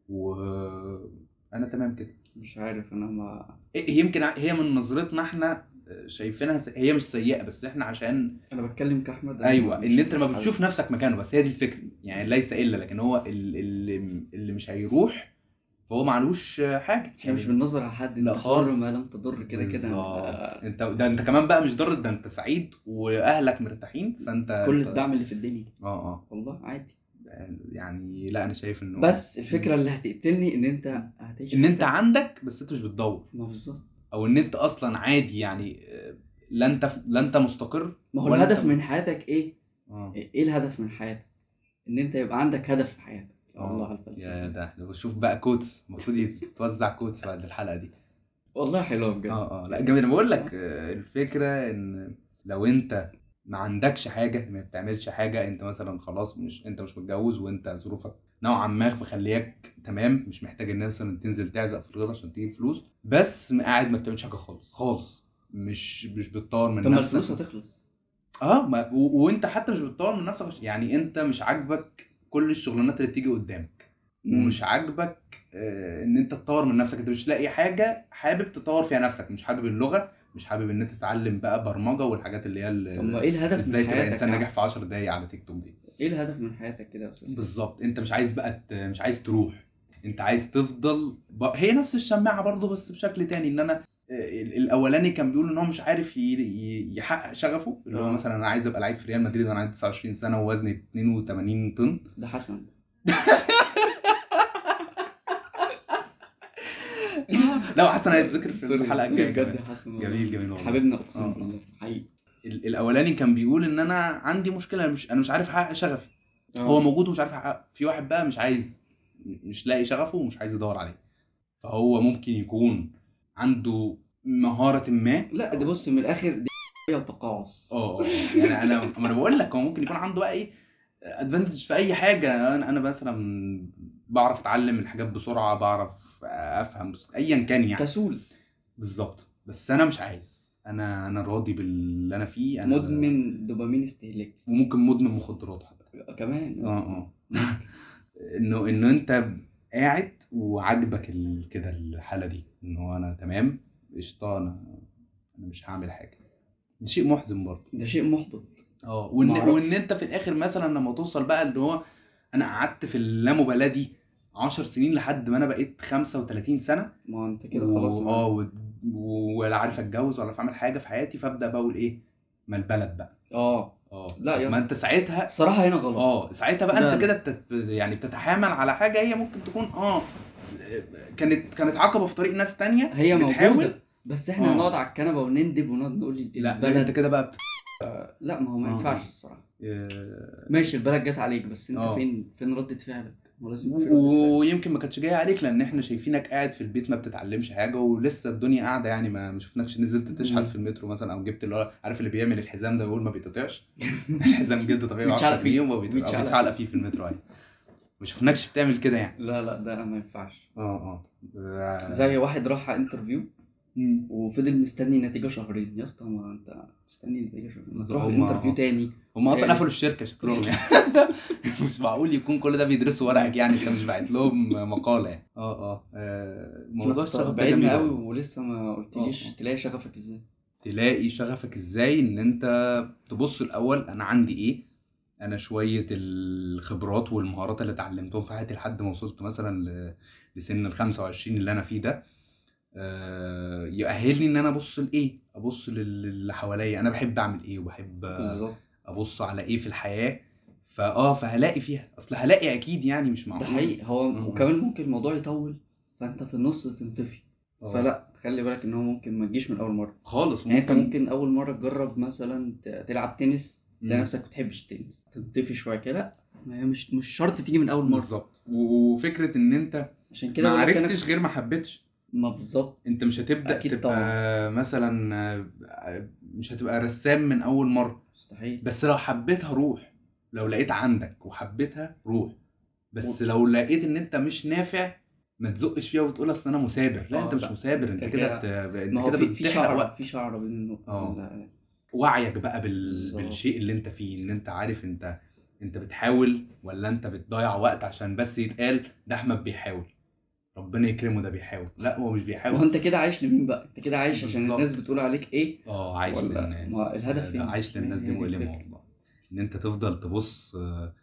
وانا تمام كده. مش عارف انا ما. يمكن هي من نظرتنا احنا شايفينها هي مش سيئة، بس احنا عشان انا بتكلم كاحمد، انا ايوه ان انت لما مش حابب. بتشوف نفسك مكانه، بس هي دي الفكره يعني، ليس الا، لكن هو اللي مش هيروح فهو معلوش حاجه احنا مش يعني. بننظر على حد، لا انت حر خالص. ما لم تضر، كده كده بالظبط، انت كمان بقى مش ضار، ده انت سعيد واهلك مرتاحين، فانت كل انت الدعم اللي في الدنيا. اه والله عادي. يعني لا انا شايف انه بس الفكره اللي هتقتلني ان انت هتعيش ان انت حياتك. عندك بس انت مش بتدور، ما بالظبط. او ان انت اصلا عادي يعني، لا انت مستقر ما هو ولا انت الهدف من حياتك ايه؟ اه ايه الهدف من حياتك؟ ان انت يبقى عندك هدف في حياتك. يا الله على يا الفلسفه. ده احنا بنشوف بقى كوتس، المفروض يتوزع كوتس بعد الحلقة دي. والله حلوه بجد. لا جميل. انا بقول لك الفكرة ان لو انت ما عندكش حاجة، ما بتعملش حاجة، انت مثلا خلاص انت مش متجوز، وانت ظروفك نوعا ما مخلياك تمام، مش محتاج ان مثلا تنزل تعزق في الغيط عشان تجيب فلوس، بس قاعد ما بتعملش حاجة خالص خالص، مش بتطور من طب ما نفسك. الفلوس هتخلص. وانت حتى مش بتطور من نفسك، يعني انت مش عاجبك كل الشغلانات اللي بتيجي قدامك، ومش عاجبك ان انت تطور من نفسك، انت مش لاقي حاجه حابب تطور فيها نفسك، مش حابب اللغه، مش حابب ان انت تتعلم بقى برمجه والحاجات اللي هي طب ما ايه الهدف من ازاي تبقى حياتك انسان يا ناجح عم؟ في 10 دقايق على تيك توك دي. ايه الهدف من حياتك كده يا استاذ سيف؟ بالظبط، انت مش عايز بقى مش عايز تروح، انت عايز تفضل هي نفس الشماعه برضو بس بشكل تاني، ان انا الاولاني كان بيقول ان هو مش عارف يحقق شغفه، اللي هو مثلا انا عايز ابقى لعيب في ريال مدريد وانا عندي 29 سنه ووزني 82 طن. ده حسن. لا حسن هيتذكر في سوري الحلقه سوري الجايه بجد كمان. يا حسن، جميل والله جميل والله. حبيبنا اقسم اه بالله حقيقي. الاولاني كان بيقول ان انا عندي مشكله، انا مش عارف احقق شغفي. هو اه موجود ومش عارف احققه. في واحد بقى مش عايز، مش لاقي شغفه ومش عايز يدور عليه، فهو ممكن يكون عنده مهاره ما. لا ده بص من الاخر دي وتقاعس. يعني انا بقول لك هو ممكن يكون عنده بقى ايه ادفانتج في اي حاجه. انا مثلا بعرف اتعلم الحاجات بسرعه، بعرف افهم ايا كان يعني. كسول. بالظبط، بس انا مش عايز، انا راضي باللي انا فيه، مدمن دوبامين استهلاكي. وممكن مدمن مخدرات حتى. كمان. اه انه انت قاعد وعاجبك كده الحاله دي، ان هو انا تمام قشطه، انا مش هعمل حاجه. ده شيء محزن برضه. ده شيء محبط. وان معرفش. انت في الاخر مثلا لما توصل بقى اللي هو انا قعدت في اللامبالاه دي 10 سنين لحد ما انا بقيت 35 سنه، ما هو انت كده خلاص اه ولا عارف اتجوز ولا اعمل حاجه في حياتي، فابدا بقول ايه، ما البلد بقى. لا طب يا ما اسطى، انت ساعتها الصراحه هنا غلط. ساعتها بقى لا انت لا. كده يعني بتتحامل على حاجه هي ممكن تكون كانت عقبه في طريق ناس تانية هي بتحاول. موجوده، بس احنا هنقعد على الكنبه وندب ونقعد نقول لا انت البلد. كده بقى لا ما هو ما ينفعش الصراحه. آه، ماشي البلد جت عليك، بس انت اه فين ردة فعلك؟ ما لازم يبقى في ردة فعل. ويمكن ما كانتش جايه عليك لان احنا شايفينك قاعد في البيت ما بتتعلمش حاجه، ولسه الدنيا قاعده يعني، ما شفناكش نزلت تشحت في المترو مثلا، او جبت اللي هو عارف اللي بيعمل الحزام ده بيقول ما بيتقطعش. الحزام جلد طبيعي ب 10 بيتشعلق جنيه فيه وما بيتشعلق فيه في المترو يعني. ما شفناكش بتعمل كده يعني. لا لا ده ما ينفعش. اه زي واحد راح على انترفيو مم. وفضل مستني نتيجة شهرين. يا اسطى ما انت مستني نتيجة شهرين، ما تروح هم الانترفيو تاني. هم اصلا تالت. قفلوا الشركه شكلهم يعني. مش معقول يكون كل ده بيدرسوا ورقك يعني، انت مش باعت لهم مقاله يعني. احنا موضوع الشغف ده بعدنا جميل قوي والله. ولسه ما قلتليش اه تلاقي شغفك ازاي. تلاقي شغفك ازاي، ان انت تبص الاول انا عندي ايه، انا شويه الخبرات والمهارات اللي اتعلمتهم في حياتي لحد ما وصلت مثلا لسن ال 25 اللي انا فيه ده. يؤهلني ان انا ابص لايه، ابص للي حواليا، انا بحب اعمل ايه وبحب بالظبط. ابص على ايه في الحياة. فهلاقي فيها، اصل هلاقي اكيد يعني، مش ده معقول. حقيقي. هو وكمان ممكن الموضوع يطول فانت في النص تنطفي. فلا، خلي بالك ان هو ممكن ما تجيش من اول مره. خالص. يعني انت ممكن ممكن اول مره تجرب مثلا تلعب تنس، تلاقي نفسك ما بتحبش التنس، تنطفي شويه كده. لا، ما هي مش شرط تيجي من اول مره. بالظبط. وفكرة ان انت عشان ما كده بقول لك انا عرفتش غير ما حبيتش. ما بالظبط. انت مش هتبدأ اكيد طبعا. تبقى مثلا مش هتبقى رسام من اول مرة. مستحيل. بس لو حبيتها روح، لو لقيت عندك وحبيتها روح. بس و- لو لقيت ان انت مش نافع، ما تزقش فيها وتقول اصل انا مثابر. لا، انت مش لا، مثابر، انت انت كده كده. ما انت هو كده في بتحرق شعره، وقت. في شعره بين النقطه وعيك بقى بالظبط. بالشيء اللي انت فيه، ان انت عارف انت بتحاول ولا انت بتضيع وقت عشان بس يتقال ده احمد بيحاول، ربنا يكرمه ده بيحاول. لا، هو مش ما بيحاول. هو انت كده عايش لمين بقى؟ انت كده عايش عشان الناس بالظبط. بتقول عليك ايه؟ عايش ولا للناس. ما الهدف ده فين؟ عايش للناس، دي هي دي مؤلمة الفكره. والله. ان انت تفضل تبص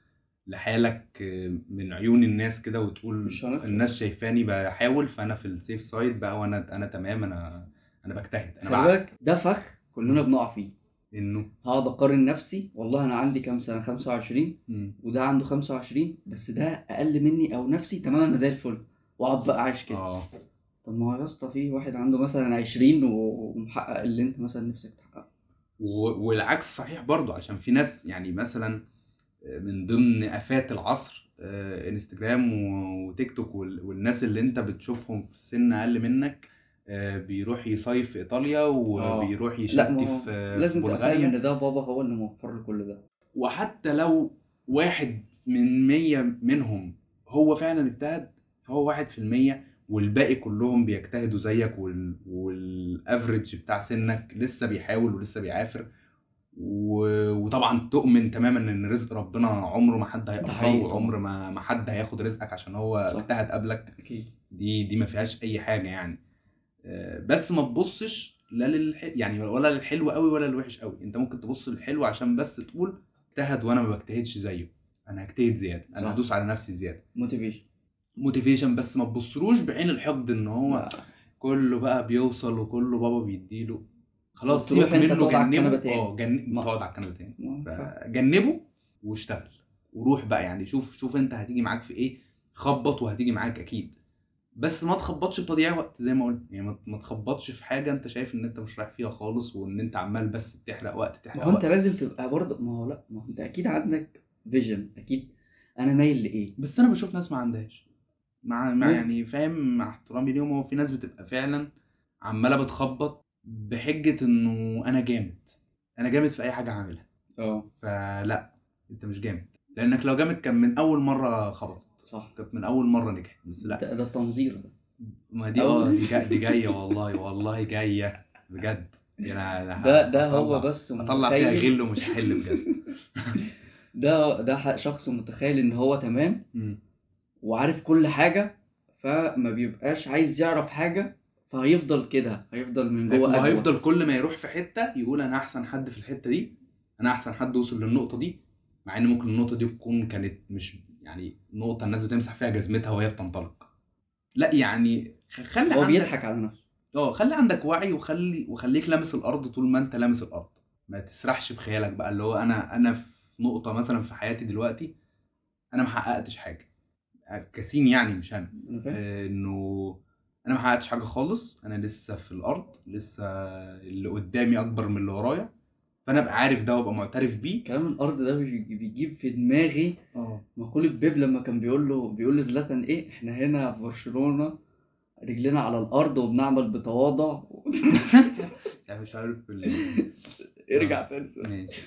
لحالك من عيون الناس كده، وتقول مش هنخلص. الناس شايفاني بحاول، فانا في السيف سايد بقى، وانا تمام، انا بجتهد، انا خلي بالك ده فخ كلنا بنقع فيه. انه هقعد اقارن نفسي، والله انا عندي كام سنه؟ 25. مم. وده عنده 25 بس ده اقل مني، او نفسي تماما انا زي الفل، واقعد بقى عايش كده. طب ما هو يا اسطى في واحد عنده مثلا 20 ومحقق اللي انت مثلا نفسك تحققه. والعكس صحيح برضو، عشان في ناس يعني مثلا من ضمن آفات العصر انستجرام وتيك توك والناس اللي انت بتشوفهم في سن اقل منك بيروح يصيف في ايطاليا وبيروح لا، ما يشتي هو في لازم تبقى فاهم بلغاريا. ان ده بابا هو اللي موفر له كل ده. وحتى لو 1 من 100 منهم هو فعلا اجتهد، فهو 1%، والباقي كلهم بيجتهدوا زيك، والافريج بتاع سنك لسه بيحاول ولسه بيعافر. وطبعا تؤمن تماما ان رزق ربنا عمره ما حد ده هيقطعه، حقيقي وعمر طبعا. ما حد هياخد رزقك عشان هو صح. اجتهد قبلك. اكيد. دي ما فيهاش اي حاجه يعني. بس ما تبصش لا يعني ولا للحلو قوي ولا للوحش قوي. انت ممكن تبص للحلو عشان بس تقول اجتهد وانا ما بجتهدش زيه، انا هجتهد زياده، انا صح. هدوس على نفسي زياده. موتيفيشن. موتيفيشن. بس ما تبصلوش بعين الحقد ان هو لا. كله بقى بيوصل وكله بابا بيديله. خلاص وتروح سيبك انت منه، تقعد على الكنبه جنبه. تاني. ما تقعد على الكنبه تاني. فاهم. فجنبه واشتغل وروح بقى. يعني شوف انت هتيجي معاك في ايه. خبط وهتيجي معاك اكيد. بس ما تخبطش بتضييع وقت زي ما قلت. يعني ما تخبطش في حاجه انت شايف ان انت مش رايح فيها خالص، وان انت عمال بس بتحرق وقت ما تحرق هو انت وقت. لازم تبقى برضه، ما هو لا، ما هو انت اكيد عندك فيجن اكيد. انا مايل لايه؟ بس انا بشوف ناس ما عندهاش. ممكن. يعني فاهم، مع احترامي ليهم، هو في ناس بتبقى فعلا عماله بتخبط بحجه انه انا جامد. انا جامد في اي حاجه هعملها. فلا، انت مش جامد. لانك لو جامد كان من اول مره خبطت. صح. كانت من اول مره نجحت. بس لا. ده التنظير ده. ما دي أول دي جايه والله، والله جايه بجد. دي انا ده هو بس هطلع فيها متخيل. غل ومش هحل بجد. ده شخص متخيل ان هو تمام وعارف كل حاجة، فما بيبقاش عايز يعرف حاجة، فهيفضل كده، هيفضل من جوه أجوى. وهيفضل كل ما يروح في حته يقول انا احسن حد في الحته دي، انا احسن حد وصل للنقطه دي. مع ان ممكن النقطه دي تكون كانت مش يعني نقطه الناس بتمسح فيها جزمتها وهي بتنطلق. لا يعني خلي هو عندك. بيضحك على نفسه. خلي عندك وعي، وخليك لامس الارض طول ما انت لامس الارض. ما تسرحش بخيالك بقى، اللي هو انا في نقطه مثلا في حياتي دلوقتي انا ما حققتش حاجه. كسين يعني، مش انا. أنا فاهم. انه انا ما حققتش حاجه خالص. انا لسه في الارض، لسه اللي قدامي اكبر من اللي ورايا. فانا ابقى عارف ده وابقى معترف بيه. كلام الأرض ده بيجيب في دماغي مقولة بيب لما كان بيقول لزلاتان ايه، احنا هنا في برشلونة رجلنا على الأرض وبنعمل بتواضع. يعني مش عارف ارجع تاني. ماشي.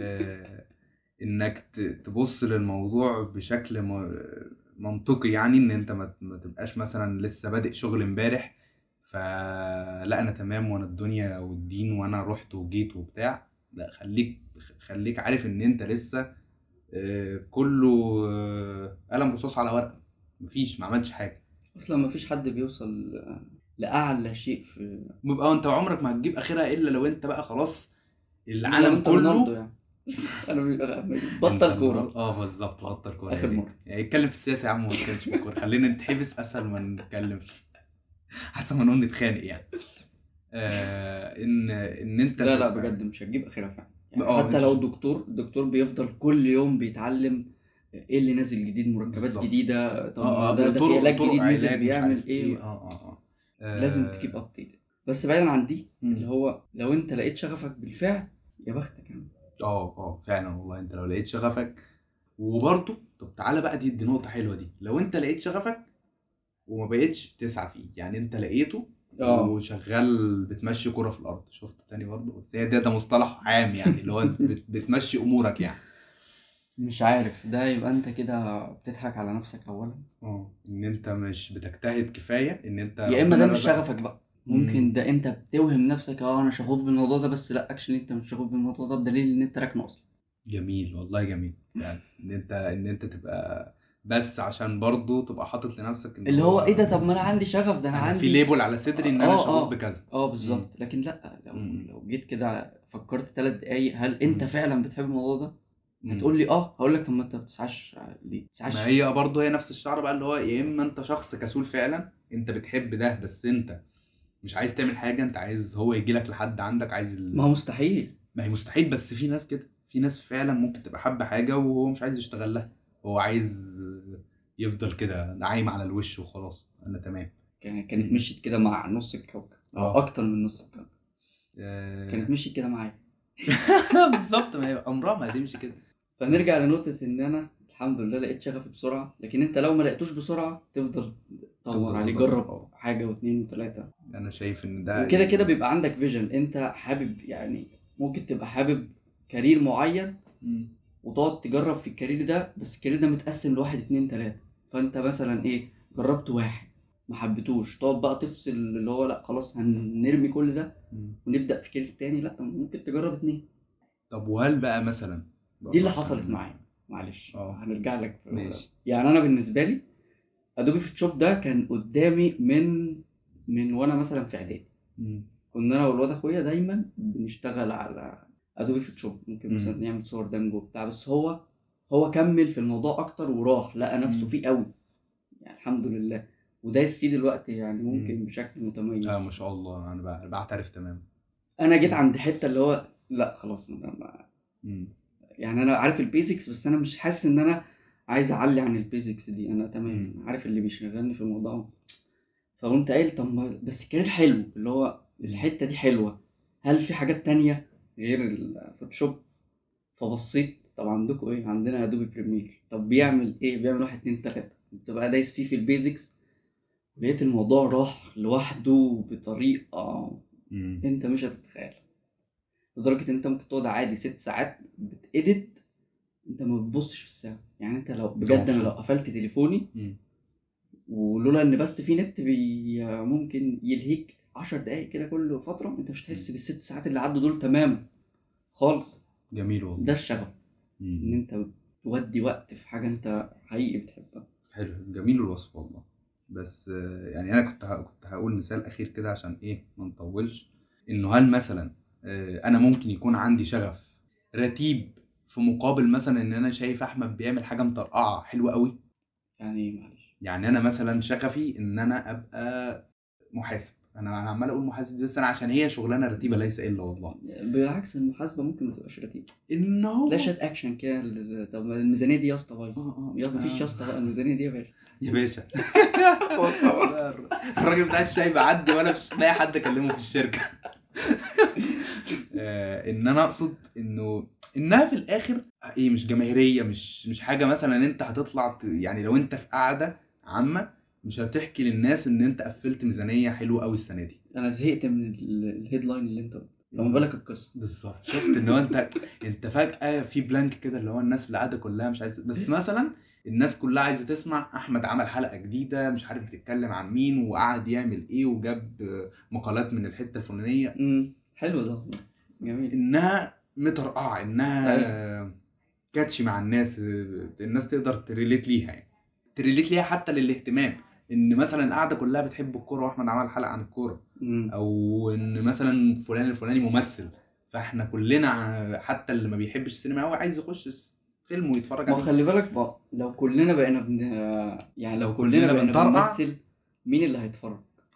انك تبص للموضوع بشكل منطقي. يعني ان انت ما تبقاش مثلا لسه بادئ شغل امبارح، فلا انا تمام وانا الدنيا والدين وانا رحت وجيت وبتاع. لا، خليك عارف ان انت لسه كله قلم رصاص على ورقة. ما عملتش حاجة. أصلا مفيش حد بيوصل لأعلى شيء في. بيبقى انت عمرك ما هتجيب اخرها الا لو انت بقى خلاص إلا لو العالم أنت رونالدو كله. يعني. أنا انت بطل كورة. بالظبط، بطل كوره يا آخر ريت. مرة. يعني اتكلم في السياسه يا عم، ما تتكلمش في الكوره. خلينا نتحبس اسهل ما نتكلم حسب ما نقول نتخانق يعني. ان انت لا تبقى بجد مش هتجيب اخرها فعلا يعني. اه حتى انت لو الدكتور بيفضل كل يوم بيتعلم ايه اللي نازل جديد، مركبات بالظبط. جديده، طب ما ده في طرق علاج طرق جديد نزل علاج مش بيعمل عارف ايه. ايه. لازم تكيب آه، ابديت. بس بعيدا عن دي، اللي مم. هو لو انت لقيت شغفك بالفعل، يا بختك يعني. فعلا والله، انت لو لقيت شغفك وبرضه، طب تعالى بقى، دي نقطة حلوة دي. لو انت لقيت شغفك وما بقيتش تسعى فيه، يعني انت لقيته اه وشغال بتمشي كرة في الارض، شفت تاني برضه، بس هي ده مصطلح عام يعني، اللي هو انت بتمشي امورك يعني. مش عارف، ده يبقى انت كده بتضحك على نفسك اولا، ان انت مش بتجتهد كفاية، ان انت يا اما ده ربنا مش رزقك. شغفك بقى. امم ممكن ده انت بتوهم نفسك انا شغوف بالموضوع ده، بس لا اكشلي انت مش شغوف بالموضوع ده، بدليل ان انت راكنه اصلا. جميل والله، جميل فعلا، ان انت تبقى بس عشان برضه تبقى حاطط لنفسك ان اللي هو ايه هو ده، طب ما انا عندي شغف، ده انا انا في عندي. ليبل على صدري ان انا اه شغوف اه بكذا. اه امم بالظبط. لكن لا، لو امم لو جيت كده فكرت 3 دقايق، هل انت امم فعلا بتحب الموضوع ده؟ امم هتقول لي اه، هقول لك طب ما انت بتسعاش ليه؟ ما بتسعاش. هي برضه هي نفس الشعر بقى، اللي هو يا اما انت شخص كسول فعلا، انت بتحب ده بس انت مش عايز تعمل حاجه، انت عايز هو يجي لك لحد عندك، عايز ما هو مستحيل. ما هي مستحيل، بس في ناس كده، في ناس فعلا ممكن تبقى حابه حاجه وهو مش عايز يشتغل لها، هو عايز يفضل كده عايم على الوش وخلاص، انا تمام. كانت امم مشيت كده مع نص الكوكب او اه اكتر من نص الكوكب. آه، كانت مشيت كده معايا. بالظبط، ما هي عمرها ما هتمشي كده. فنرجع لنقطة إن أنا الحمد لله لقيت شغفي بسرعة، لكن أنت لو ما لقيتوش بسرعة تفضل تدور تفضل عليه، تدور. جرب حاجة واتنين وتلاتة. انا شايف ان ده وكده كده يعني. بيبقى عندك فيجن، أنت حابب يعني، ممكن تبقى حابب كارير معين مم. وتقعد تجرب في الكارير ده، بس الكارير ده متقسم لواحد اتنين تلاتة. فأنت مثلا إيه، جربت واحد ما حبيتوش، تقعد بقى تفصل اللي هو لأ خلاص هنرمي كل ده مم. ونبدأ في كارير تاني. لأ ممكن تجرب اتنين. طب وهل بقى مثلا دي برضو اللي حصلت عشان معايا. معلش اه هنرجع لك ماشي. يعني انا بالنسبه لي ادوبي فوتوشوب ده كان قدامي من وانا مثلا في اعدادي. مم. كنا انا والواد اخويا دايما بنشتغل على ادوبي فوتوشوب، ممكن مثلا مم. نعمل صور دمج وبتاع. بس هو كمل في الموضوع اكتر وراح لقى نفسه مم. فيه قوي يعني، الحمد لله. ودايس فيه دلوقتي يعني مم. ممكن بشكل ما متميز. شاء الله، انا بعترف تماما. انا جيت مم. عند حته اللي هو لا خلاص مم. يعني انا عارف البيزكس، بس انا مش حاسس ان انا عايز اعلي عن البيزكس دي. انا تمام، مم. أنا عارف اللي بيشغلني في الموضوع. فقمت قايل طب بس الكارير حلو، اللي هو مم. الحتة دي حلوة، هل في حاجات تانية غير الفوتوشوب؟ فبصيت طب عندكم ايه؟ عندنا ادوبي بريمير. طب مم. بيعمل ايه؟ بيعمل واحد اتنين تلاتة. كنت بقى دايس فيه في البيزكس، لقيت الموضوع راح لوحده بطريقة مم. انت مش هتتخيل. لدرجة ان انت ممكن تقعد عادي 6 ساعات بتedit، انت ما بتبصش في الساعة يعني. انت لو انت بجد، انا لو مبسوط. قفلت تليفوني مم. ولولا ان بس في نت ممكن يلهيك 10 دقايق كده كل فترة، انت مش مم. هتحس بال6 ساعات اللي عدوا دول تماما خالص. جميل ده والله. الشغف، ان مم. انت تودي وقت في حاجة انت حقيقي بتحبها. حلو، جميل الوصف والله. بس يعني انا كنت هقول مثال اخير كده عشان ايه ما نطولش، انه هل مثلا انا ممكن يكون عندي شغف رتيب في مقابل مثلا ان انا شايف احمد بيعمل حاجه مطرقعه حلوه قوي. يعني معلش. يعني انا مثلا شغفي ان انا ابقى محاسب، انا عمال اقول محاسب دي، بس انا عشان هي شغلانه رتيبه ليس الا والله. بالعكس، المحاسبة ممكن ما تبقاش رتيبة. ان تلاقي هو شات اكشن كده طب الميزانية دي يا اسطى بايظة. اه يا مفيش يا اه اسطى بقى الميزانية دي يا باشا. يا باشا. الراجل بتاع الشاي بعدي وانا مش لاقي حد اكلمه في الشركه. ان انا اقصد انها في الاخر ايه، مش جماهيريه، مش حاجه مثلا انت هتطلع يعني لو انت في قاعده عامه مش هتحكي للناس ان انت قفلت ميزانيه حلوه قوي السنه دي. انا زهقت من الهيدلاين اللي انت قلته، فما بالك القصة. بالظبط، شفت ان هو انت فجاه في بلانك كده، اللي هو الناس اللي قاعده كلها مش عايزه، بس مثلا الناس كلها عايزه تسمع احمد عمل حلقه جديده مش عارف بتتكلم عن مين وقعد يعمل ايه وجاب مقالات من الحته الفلانيه. حلو ده والله. جميل. انها مترقعه، ايوه انها كاتشي مع الناس، الناس تقدر تريليت ليها يعني، تريليت ليها حتى للاهتمام، ان مثلا القعده كلها بتحب الكوره واحمد عمل حلقه عن الكوره، او ان مثلا فلان الفلاني ممثل، فاحنا كلنا حتى اللي ما بيحبش السينما قوي عايز يخش فيلم ويتفرج ما هو عليه. خلي بالك بقى، لو كلنا بقينا يعني لو لو كلنا كلنا بقينا بنطرقع بنمثل، مين اللي هيتفرج؟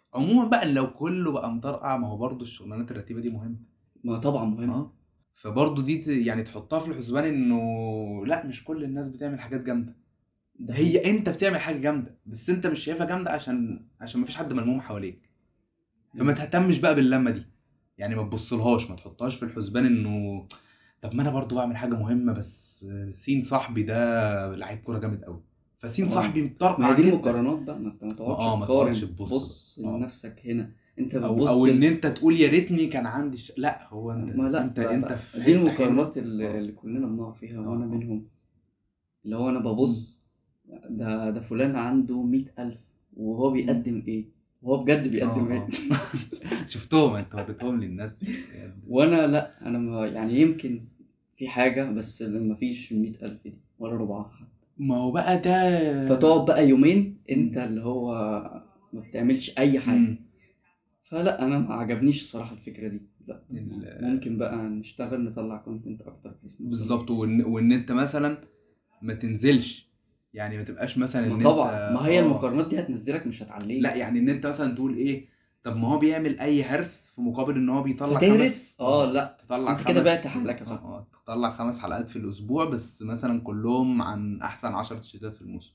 عموما بقى لو كله بقى مطرقع، ما هو برضه الشغلانات الرتيبه دي مهمه. ما طبعا مهم. اه فبرضه دي يعني تحطها في الحسبان انه لا، مش كل الناس بتعمل حاجات جامده. ده حقيقي. هي انت بتعمل حاجه جامده بس انت مش شايفها جامده عشان مفيش حد ملموم حواليك. فما تهتمش بقى باللمه دي، يعني ما تبصلهاش، ما تحطهاش في الحسبان انه طب ما انا برضو بعمل حاجه مهمه بس سين صاحبي ده لعيب كوره جامد قوي، فسين اه صاحبي ما هي مطرقع دي جدا. المقارنات بقى، ما انت ما تقعدش ما تقعدش تقارن، تبص بقى. بص لنفسك هنا. انت او بتبص ان انت تقول يا ريتني كان عندي لا، هو انت ما لا انت لا انت لا، في دي حته حلوه. المقارنات اللي, اه اللي كلنا بنقع فيها وانا اه منهم. اللي هو انا مم. ببص، ده فلان عنده 100,000 وهو مم. بيقدم ايه، وهو بجد بيقدم ايه. اه شفتهم انت وريتهم للناس بجد. وانا لا، انا ما يعني يمكن في حاجة بس ما فيش 100,000 دي ولا ربعها حتى. ما هو بقى ده. فتقعد بقى يومين انت مم. اللي هو ما بتعملش اي حاجة. مم. فلا انا ما عجبنيش الصراحة الفكرة دي. لا ال- ممكن بقى نشتغل نطلع كونتنت اكتر بحيث نوصل. بالظبط، وان انت مثلا ما تنزلش، يعني ما تبقاش مثلا ما ان انت طبعا، ما هي المقارنات دي هتنزلك مش لا، هتعليك. يعني ان انت مثلا تقول ايه، طب ما هو بيعمل اي هرس في مقابل ان هو بيطلع فتهرس لا، تطلع انت كده بعت خمس حالك يا صاحبي. تطلع 5 حلقات في الاسبوع بس مثلا كلهم عن احسن 10 تيشيرتات في الموسم.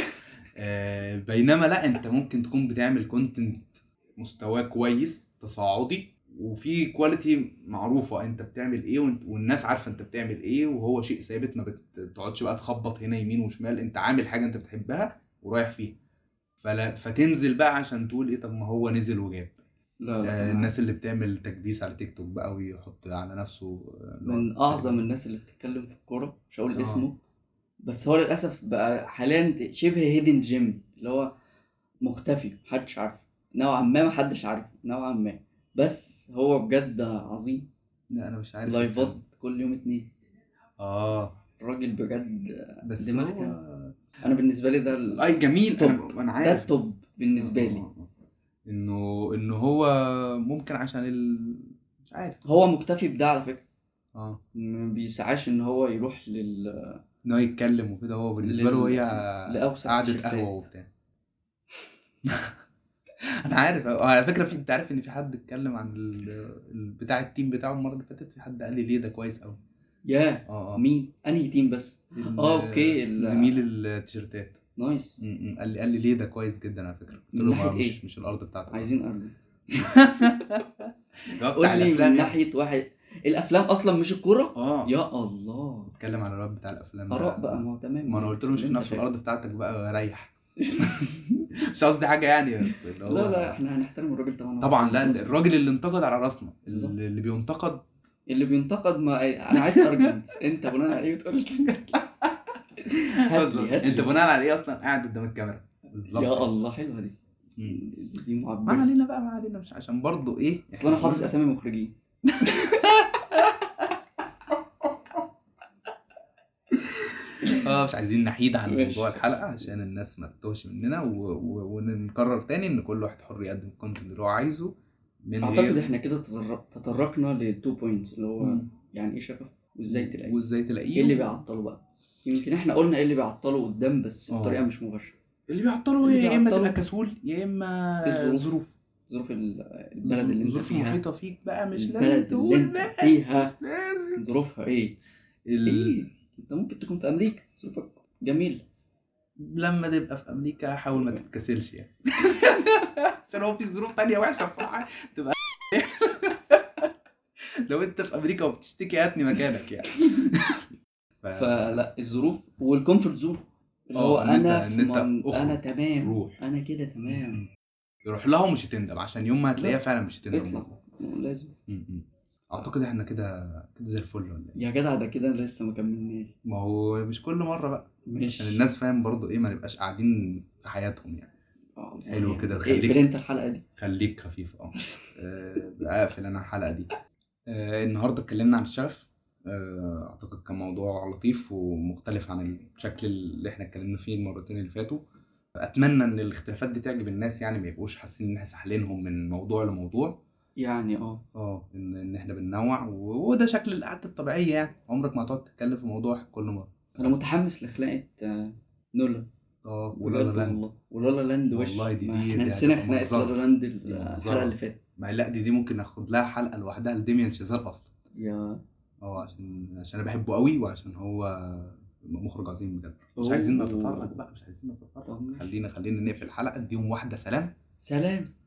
بينما لا، انت ممكن تكون بتعمل كونتنت مستواه كويس تصاعدي وفي كواليتي معروفة انت بتعمل ايه، والناس عارفة انت بتعمل ايه، وهو شيء ثابت، ما بتقعدش بقى تخبط هنا يمين وشمال، انت عامل حاجة انت بتحبها ورايح فيها. فتنزل بقى عشان تقول ايه، طب ما هو نزل وجاب. لا لا، انا الناس اللي بتعمل تكبيس على تيك توك بقى ويحط على نفسه اللي هو من اعظم تقريبا. الناس اللي بتتكلم في الكوره، مش هقول اه اسمه، بس هو للاسف بقى حاليا شبه هيدن جيم، اللي هو مختفي محدش عارفه نوعا ما، محدش عارفه نوعا ما، بس هو بجد عظيم. لا انا مش عارف لايفات الكلام. كل يوم اتنين، اه الراجل بجد بس دماغ هو تاني. انا بالنسبه لي ده اي جميل، التوب، انا ده عارف. التوب بالنسبه لي. انه هو ممكن عشان مش عارف. هو مكتفي بده على فكره، اه ما بيسعاش ان هو يروح ان هو يتكلم وكده، هو بالنسبه له هي لاوسخ قعده قهوه التيشيرتات. وبتاع. انا عارف على فكره، انت عارف ان في حد اتكلم عن بتاع التيم بتاعه المره اللي فاتت، في حد قال لي ليه ده كويس قوي. ياه، اه مين انهي تيم بس؟ اوكي زميل التيشيرتات. نايس. قال لي ليه ده كويس جدا على فكره، قلت من له ما ناحيه ايه؟ مش الارض بتاعتك اصلا. عايزين ارجو. اللي هو قول بتاع لي الافلام من يعني. ناحيه واحد، الافلام اصلا مش الكوره. اه يا الله. اتكلم على الواد بتاع الافلام اراء ده. بقى، ما هو تمام ما انا يعني قلت له مش اللي في انت نفس شايفه. الارض بتاعتك بقى، ريح. مش قصدي حاجه يعني، بس اللي لا لا، هو احنا هنحترم الراجل طبعا، هو طبعا حر لا، خلاص بقى. الراجل اللي انتقد على راسنا، بالظبط. اللي بينتقد. اللي بينتقد، ما انا عايز ارجمنت، انت بناء على ايه بتقول كده؟ هات لي بالظبط، هات انت لي. بناء على ايه اصلا قاعد قدام الكاميرا؟ يا بالظبط كده. الله حلوه دي. مم. دي ما معبره. علينا بقى، ما علينا، مش عشان برضو ايه اصل انا احنا حافظ قلنا. اسامي مخرجين. مش عايزين نحيد عن موضوع ماشي الحلقه خلاص. عشان الناس ما تتوهش مننا، ونكرر تاني ان كل واحد حر يقدم الكونتنت اللي هو عايزه من اعتقد غير. احنا كده تطرقنا للتو بوينتس، اللي هو مم. يعني ايه شغف وازاي تلاقيه. وازاي ايه تلاقيه اللي بيعطله بقى؟ يمكن احنا قلنا ايه اللي بيعطله قدام بس بطريقه اه مش مباشره. اللي بيعطله اللي يا اما تبقى بيعطله كسول يا اما الظروف، ظروف. ظروف البلد اللي انت ظروف فيها. محيطة فيك بقى، مش لازم البلد اللي تقول انت بقى، فيها مش لازم. ظروفها ايه؟ ال... ايه، انت ممكن تكون في امريكا ظروفك جميله. لما تبقى في امريكا حاول ما تتكسلش يعني. عشان هو في ظروف تانية وحشة بصراحة تبقى. لو انت في امريكا وبتشتكي هاتني مكانك يعني. ف... فلا الظروف والكومفورت زون، اللي هو ان انت انا في انا اخرج، تمام، روح. انا كده تمام. روح لها ومش هتندم، عشان يوم ما هتلاقيها لا، فعلا مش هتندم اطلع والله. لازم. اعتقد احنا كده زي الفل ولا ايه؟ يا جدع ده كده لسه ما كملناش. ما هو مش كل مرة بقى، عشان مش الناس فاهم برضو ايه، ما نبقاش قاعدين في حياتهم يعني. والله حلو كده، يعني اقفل انت الحلقه دي. خليك خفيف. اقفل انا الحلقة دي. النهاردة اتكلمنا عن الشغف. اعتقد كان موضوع لطيف ومختلف عن الشكل اللي احنا اتكلمنا فيه المرتين اللي فاتوا. اتمنى ان الاختلافات دي تعجب الناس، يعني ما يبقوش حاسين ان احنا ساحلينهم من موضوع لموضوع. يعني ان احنا بننوع، وده شكل القعدة الطبيعية، يعني عمرك ما هتقعد تتكلم في موضوع كل مرة. انا متحمس لخلقه نولا. ولا لا بجد لاند. والله، ولا لا لاند والله وش دي ما دي احنا دي نسينا هتبقى خناقة لا لا منظرة، لاند دي الحلقة اللي منظرة. فاتت. ما لا دي ممكن اخد لها حلقة لوحدها لديميان شازال اصلا. يا عشان انا بحبه قوي، وعشان هو مخرج عظيم بجد. مش عايزين نتطرق اوه. بقى، مش عايزين نتطرق. طب ماشي. خلينا نقفل الحلقة، اديهم واحدة سلام. سلام.